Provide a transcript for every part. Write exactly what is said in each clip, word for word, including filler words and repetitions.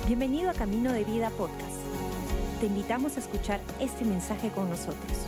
Bienvenido a Camino de Vida Podcast. Te invitamos a escuchar este mensaje con nosotros.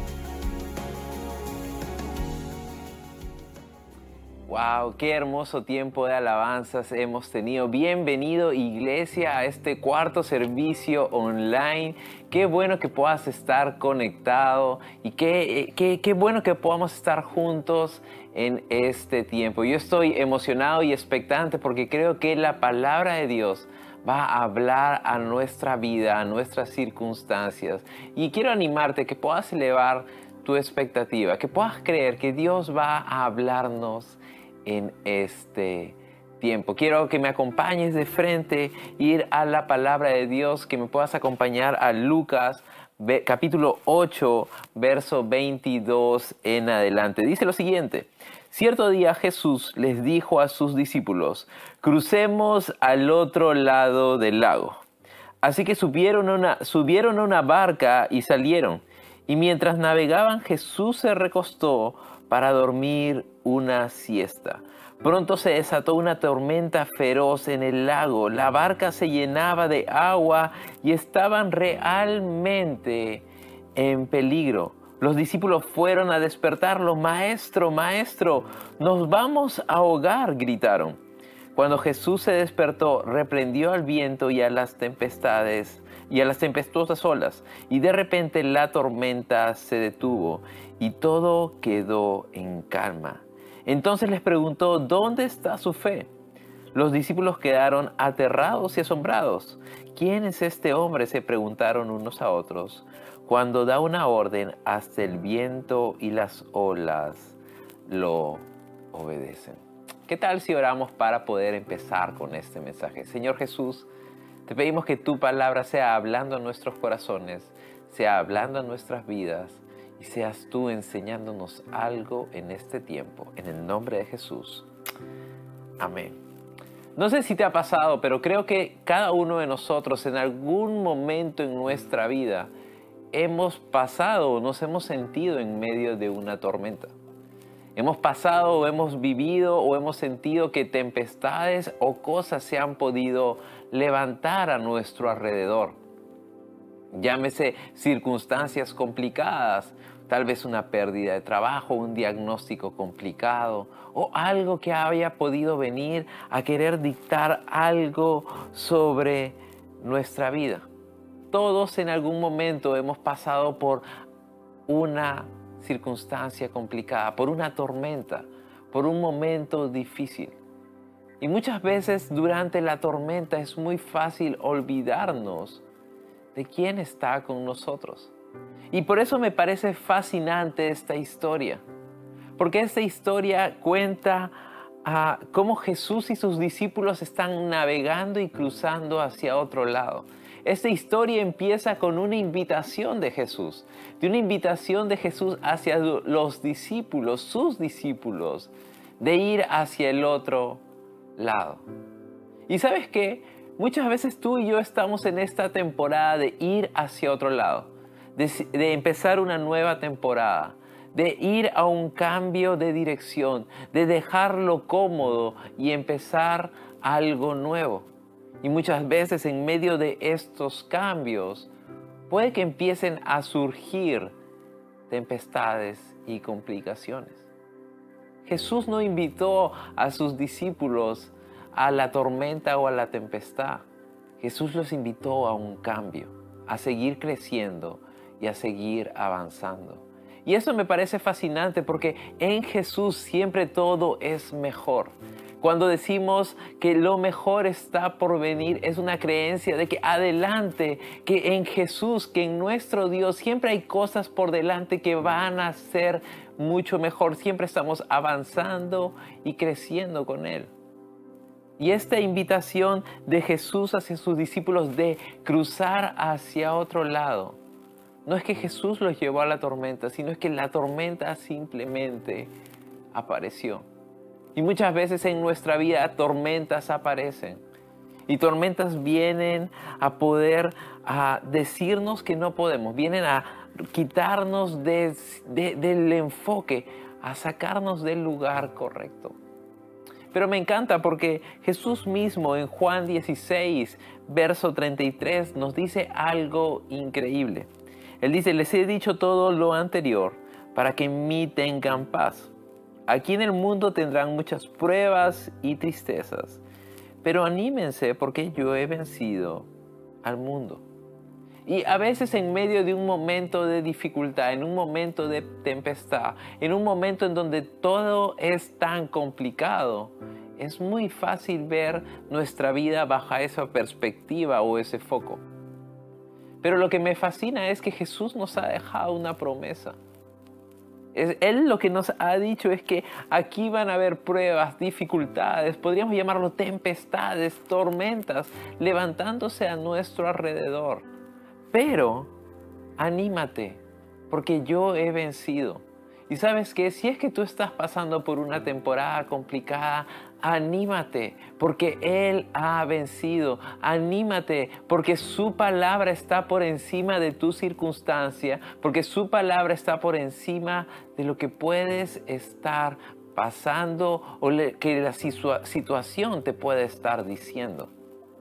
Wow, qué hermoso tiempo de alabanzas hemos tenido. Bienvenido, iglesia, a este cuarto servicio online. Qué bueno que puedas estar conectado y qué, qué, qué bueno que podamos estar juntos en este tiempo. Yo estoy emocionado y expectante porque creo que la palabra de Dios va a hablar a nuestra vida, a nuestras circunstancias. Y quiero animarte que puedas elevar tu expectativa, que puedas creer que Dios va a hablarnos en este tiempo. Quiero que me acompañes de frente, ir a la palabra de Dios, que me puedas acompañar a Lucas capítulo ocho, verso veintidós en adelante. Dice lo siguiente: cierto día Jesús les dijo a sus discípulos: crucemos al otro lado del lago. Así que subieron a una, subieron a una barca y salieron. Y mientras navegaban, Jesús se recostó para dormir una siesta. Pronto se desató una tormenta feroz en el lago. La barca se llenaba de agua y estaban realmente en peligro. Los discípulos fueron a despertarlo. Maestro, maestro, nos vamos a ahogar, gritaron. Cuando Jesús se despertó, reprendió al viento y a las tempestades y a las tempestuosas olas, y de repente la tormenta se detuvo y todo quedó en calma. Entonces les preguntó: ¿dónde está su fe? Los discípulos quedaron aterrados y asombrados. ¿Quién es este hombre?, se preguntaron unos a otros. Cuando da una orden, hasta el viento y las olas lo obedecen. ¿Qué tal si oramos para poder empezar con este mensaje? Señor Jesús, te pedimos que tu palabra sea hablando a nuestros corazones, sea hablando a nuestras vidas, y seas tú enseñándonos algo en este tiempo. En el nombre de Jesús. Amén. No sé si te ha pasado, pero creo que cada uno de nosotros en algún momento en nuestra vida hemos pasado, nos hemos sentido en medio de una tormenta. Hemos pasado o hemos vivido o hemos sentido que tempestades o cosas se han podido levantar a nuestro alrededor. Llámese circunstancias complicadas, tal vez una pérdida de trabajo, un diagnóstico complicado o algo que haya podido venir a querer dictar algo sobre nuestra vida. Todos en algún momento hemos pasado por una circunstancia complicada, por una tormenta, por un momento difícil. Y muchas veces durante la tormenta es muy fácil olvidarnos de quién está con nosotros. Y por eso me parece fascinante esta historia, porque esta historia cuenta uh, cómo Jesús y sus discípulos están navegando y cruzando hacia otro lado. Esta historia empieza con una invitación de Jesús, de una invitación de Jesús hacia los discípulos, sus discípulos, de ir hacia el otro lado. ¿Y sabes qué? Muchas veces tú y yo estamos en esta temporada de ir hacia otro lado, de, de empezar una nueva temporada, de ir a un cambio de dirección, de dejarlo cómodo y empezar algo nuevo. Y muchas veces en medio de estos cambios puede que empiecen a surgir tempestades y complicaciones. Jesús no invitó a sus discípulos a la tormenta o a la tempestad. Jesús los invitó a un cambio, a seguir creciendo y a seguir avanzando. Y eso me parece fascinante porque en Jesús siempre todo es mejor. Cuando decimos que lo mejor está por venir, es una creencia de que adelante, que en Jesús, que en nuestro Dios, siempre hay cosas por delante que van a ser mucho mejor. Siempre estamos avanzando y creciendo con Él. Y esta invitación de Jesús hacia sus discípulos de cruzar hacia otro lado, no es que Jesús los llevó a la tormenta, sino es que la tormenta simplemente apareció. Y muchas veces en nuestra vida tormentas aparecen. Y tormentas vienen a poder a decirnos que no podemos. Vienen a quitarnos de, de, del enfoque, a sacarnos del lugar correcto. Pero me encanta porque Jesús mismo en Juan dieciséis, verso treinta y tres, nos dice algo increíble. Él dice, les he dicho todo lo anterior para que en mí tengan paz. Aquí en el mundo tendrán muchas pruebas y tristezas, pero anímense porque yo he vencido al mundo. Y a veces en medio de un momento de dificultad, en un momento de tempestad, en un momento en donde todo es tan complicado, es muy fácil ver nuestra vida bajo esa perspectiva o ese foco. Pero lo que me fascina es que Jesús nos ha dejado una promesa. Él lo que nos ha dicho es que aquí van a haber pruebas, dificultades, podríamos llamarlo tempestades, tormentas, levantándose a nuestro alrededor. Pero anímate, porque yo he vencido. Y sabes que si es que tú estás pasando por una temporada complicada, anímate, porque Él ha vencido. Anímate, porque su palabra está por encima de tu circunstancia, porque su palabra está por encima de lo que puedes estar pasando o que la situación te puede estar diciendo.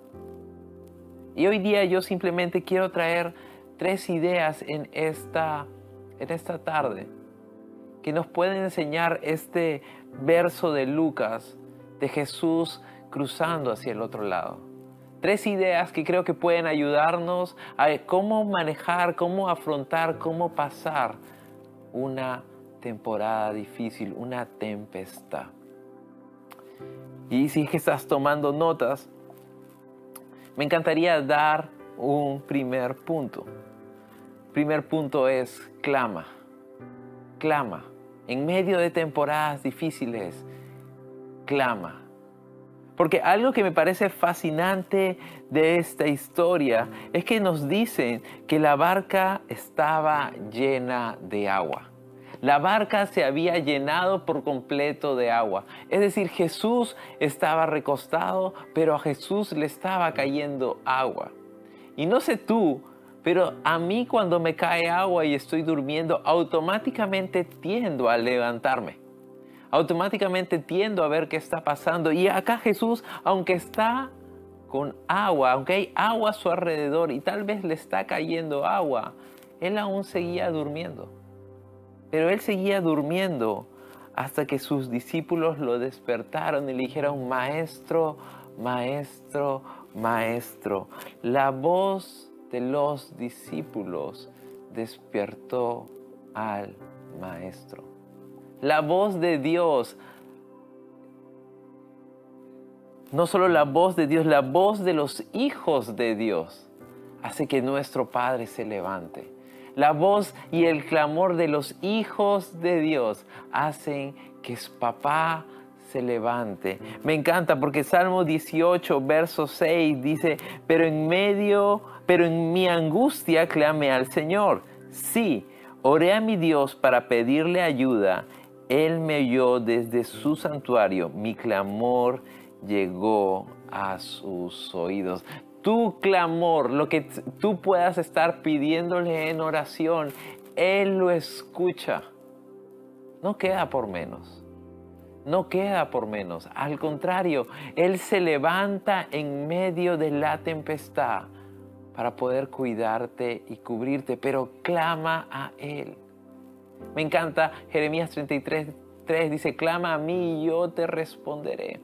Y hoy día yo simplemente quiero traer tres ideas en esta, en esta tarde que nos pueden enseñar este verso de Lucas de Jesús cruzando hacia el otro lado. Tres ideas que creo que pueden ayudarnos a cómo manejar, cómo afrontar, cómo pasar una temporada difícil, una tempestad. Y si es que estás tomando notas, me encantaría dar un primer punto. El primer punto es clama, clama. En medio de temporadas difíciles, clama. Porque algo que me parece fascinante de esta historia es que nos dicen que la barca estaba llena de agua. La barca se había llenado por completo de agua. Es decir, Jesús estaba recostado, pero a Jesús le estaba cayendo agua. Y no sé tú, pero a mí cuando me cae agua y estoy durmiendo, automáticamente tiendo a levantarme. Automáticamente tiendo a ver qué está pasando. Y acá Jesús, aunque está con agua, aunque hay agua a su alrededor y tal vez le está cayendo agua, Él aún seguía durmiendo. Pero Él seguía durmiendo hasta que sus discípulos lo despertaron y le dijeron, Maestro, Maestro, Maestro. La voz de los discípulos despertó al Maestro. La voz de Dios, no solo la voz de Dios, la voz de los hijos de Dios hace que nuestro Padre se levante. La voz y el clamor de los hijos de Dios hacen que su papá se levante. Me encanta porque Salmo dieciocho, verso seis dice, pero en medio, pero en mi angustia clamé al Señor. Sí, oré a mi Dios para pedirle ayuda. Él me oyó desde su santuario. Mi clamor llegó a sus oídos. Tu clamor, lo que tú puedas estar pidiéndole en oración, Él lo escucha. No queda por menos. No queda por menos. Al contrario, Él se levanta en medio de la tempestad para poder cuidarte y cubrirte, pero clama a Él. Me encanta Jeremías treinta y tres, tres dice, clama a mí y yo te responderé.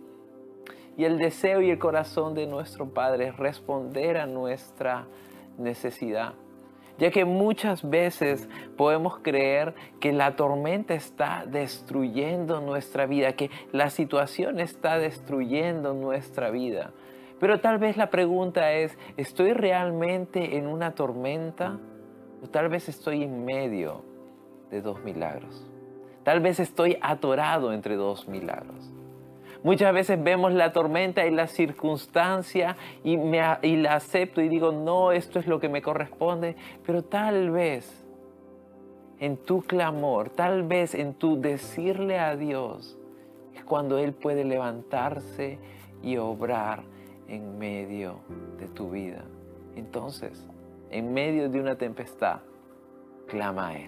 Y el deseo y el corazón de nuestro Padre es responder a nuestra necesidad. Ya que muchas veces podemos creer que la tormenta está destruyendo nuestra vida, que la situación está destruyendo nuestra vida. Pero tal vez la pregunta es, ¿estoy realmente en una tormenta? ¿O tal vez estoy en medio de dos milagros? Tal vez estoy atorado entre dos milagros. Muchas veces vemos la tormenta y la circunstancia y, me, y la acepto y digo, no, esto es lo que me corresponde. Pero tal vez en tu clamor, tal vez en tu decirle a Dios, es cuando Él puede levantarse y obrar en medio de tu vida. Entonces, en medio de una tempestad, clama a Él.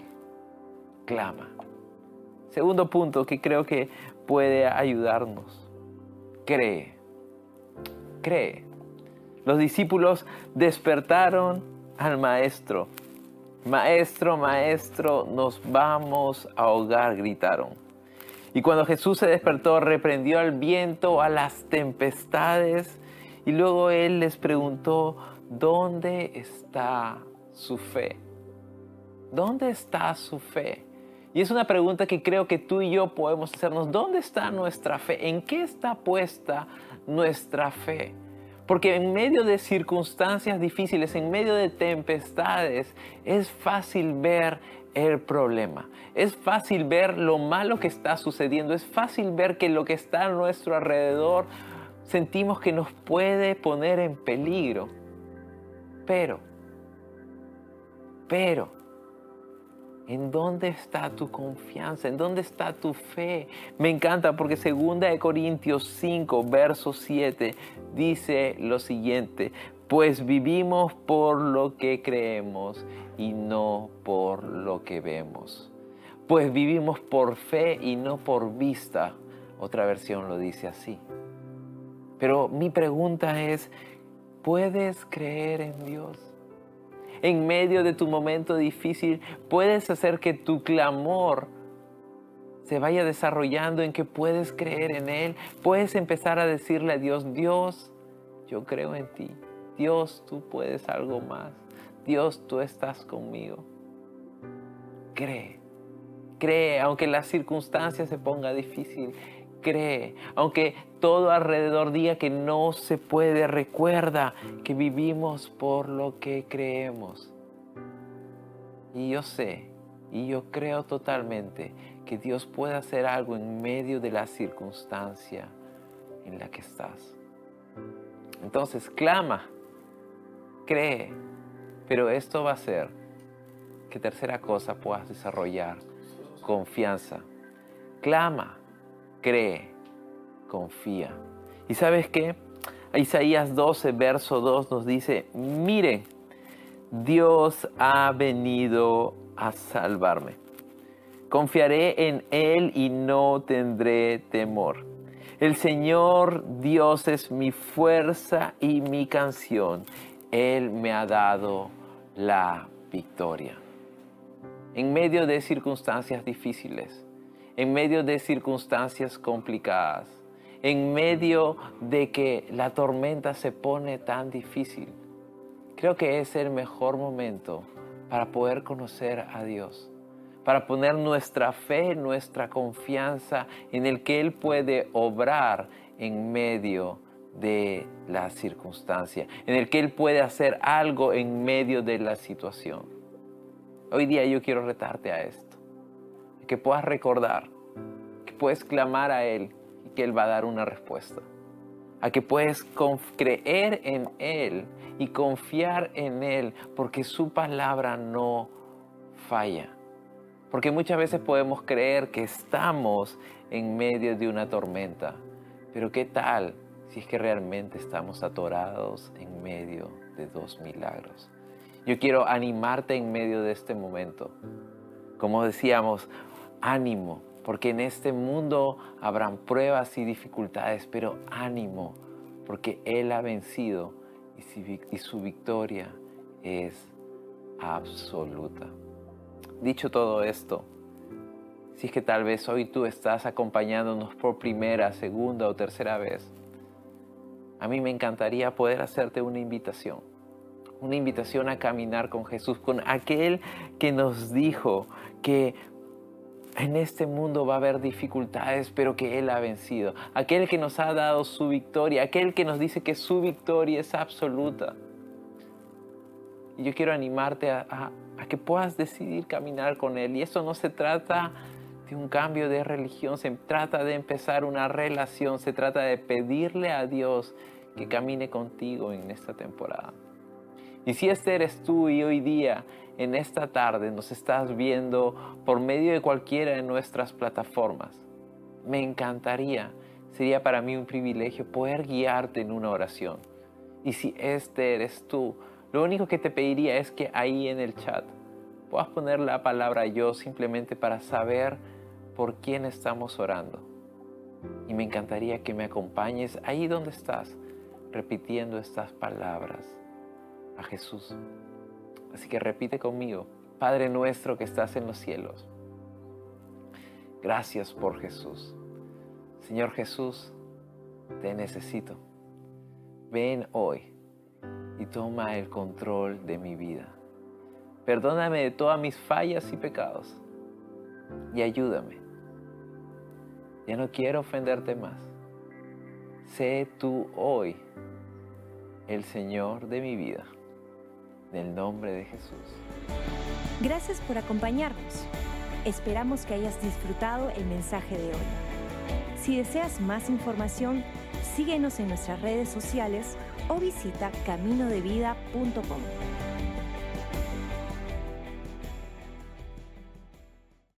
Clama. Segundo punto que creo que puede ayudarnos. cree, cree. Los discípulos despertaron al maestro. Maestro, maestro, nos vamos a ahogar, gritaron. Y cuando Jesús se despertó, reprendió al viento, a las tempestades, y luego Él les preguntó, ¿dónde está su fe? ¿Dónde está su fe? Y es una pregunta que creo que tú y yo podemos hacernos. ¿Dónde está nuestra fe? ¿En qué está puesta nuestra fe? Porque en medio de circunstancias difíciles, en medio de tempestades, es fácil ver el problema. Es fácil ver lo malo que está sucediendo. Es fácil ver que lo que está a nuestro alrededor sentimos que nos puede poner en peligro. Pero, pero, ¿en dónde está tu confianza? ¿En dónde está tu fe? Me encanta porque segunda de Corintios cinco, verso siete, dice lo siguiente. Pues vivimos por lo que creemos y no por lo que vemos. Pues vivimos por fe y no por vista. Otra versión lo dice así. Pero mi pregunta es, ¿puedes creer en Dios? En medio de tu momento difícil, puedes hacer que tu clamor se vaya desarrollando en que puedes creer en Él. Puedes empezar a decirle a Dios, Dios, yo creo en ti. Dios, tú puedes algo más. Dios, tú estás conmigo. Cree, cree, aunque la circunstancia se ponga difícil. Cree, aunque todo alrededor diga que no se puede, recuerda que vivimos por lo que creemos. Y yo sé, y yo creo totalmente que Dios puede hacer algo en medio de la circunstancia en la que estás. Entonces, clama, cree, pero esto va a hacer que tercera cosa puedas desarrollar, confianza. Clama, cree, confía. ¿Y sabes qué? Isaías doce, verso dos nos dice, miren, Dios ha venido a salvarme. Confiaré en Él y no tendré temor. El Señor Dios es mi fuerza y mi canción. Él me ha dado la victoria. En medio de circunstancias difíciles, en medio de circunstancias complicadas, en medio de que la tormenta se pone tan difícil, creo que es el mejor momento para poder conocer a Dios, para poner nuestra fe, nuestra confianza en el que Él puede obrar en medio de la circunstancia, en el que Él puede hacer algo en medio de la situación. Hoy día yo quiero retarte a esto. Que puedas recordar, que puedes clamar a Él y que Él va a dar una respuesta. A que puedes creer en Él y confiar en Él porque su palabra no falla. Porque muchas veces podemos creer que estamos en medio de una tormenta. Pero ¿qué tal si es que realmente estamos atorados en medio de dos milagros? Yo quiero animarte en medio de este momento. Como decíamos, ánimo, porque en este mundo habrán pruebas y dificultades, pero ánimo, porque Él ha vencido y su victoria es absoluta. Dicho todo esto, si es que tal vez hoy tú estás acompañándonos por primera, segunda o tercera vez, a mí me encantaría poder hacerte una invitación. Una invitación a caminar con Jesús, con aquel que nos dijo que en este mundo va a haber dificultades, pero que Él ha vencido. Aquel que nos ha dado su victoria, aquel que nos dice que su victoria es absoluta. Y yo quiero animarte a, a, a que puedas decidir caminar con Él. Y eso no se trata de un cambio de religión, se trata de empezar una relación, se trata de pedirle a Dios que camine contigo en esta temporada. Y si este eres tú y hoy día, en esta tarde, nos estás viendo por medio de cualquiera de nuestras plataformas, me encantaría, sería para mí un privilegio poder guiarte en una oración. Y si este eres tú, lo único que te pediría es que ahí en el chat puedas poner la palabra yo simplemente para saber por quién estamos orando. Y me encantaría que me acompañes ahí donde estás, repitiendo estas palabras a Jesús. Así que repite conmigo: Padre nuestro que estás en los cielos, gracias por Jesús. Señor Jesús, te necesito. Ven hoy y toma el control de mi vida. Perdóname de todas mis fallas y pecados y ayúdame. Ya no quiero ofenderte más. Sé tú hoy el Señor de mi vida. En el nombre de Jesús. Gracias por acompañarnos. Esperamos que hayas disfrutado el mensaje de hoy. Si deseas más información, síguenos en nuestras redes sociales o visita camino de vida punto com.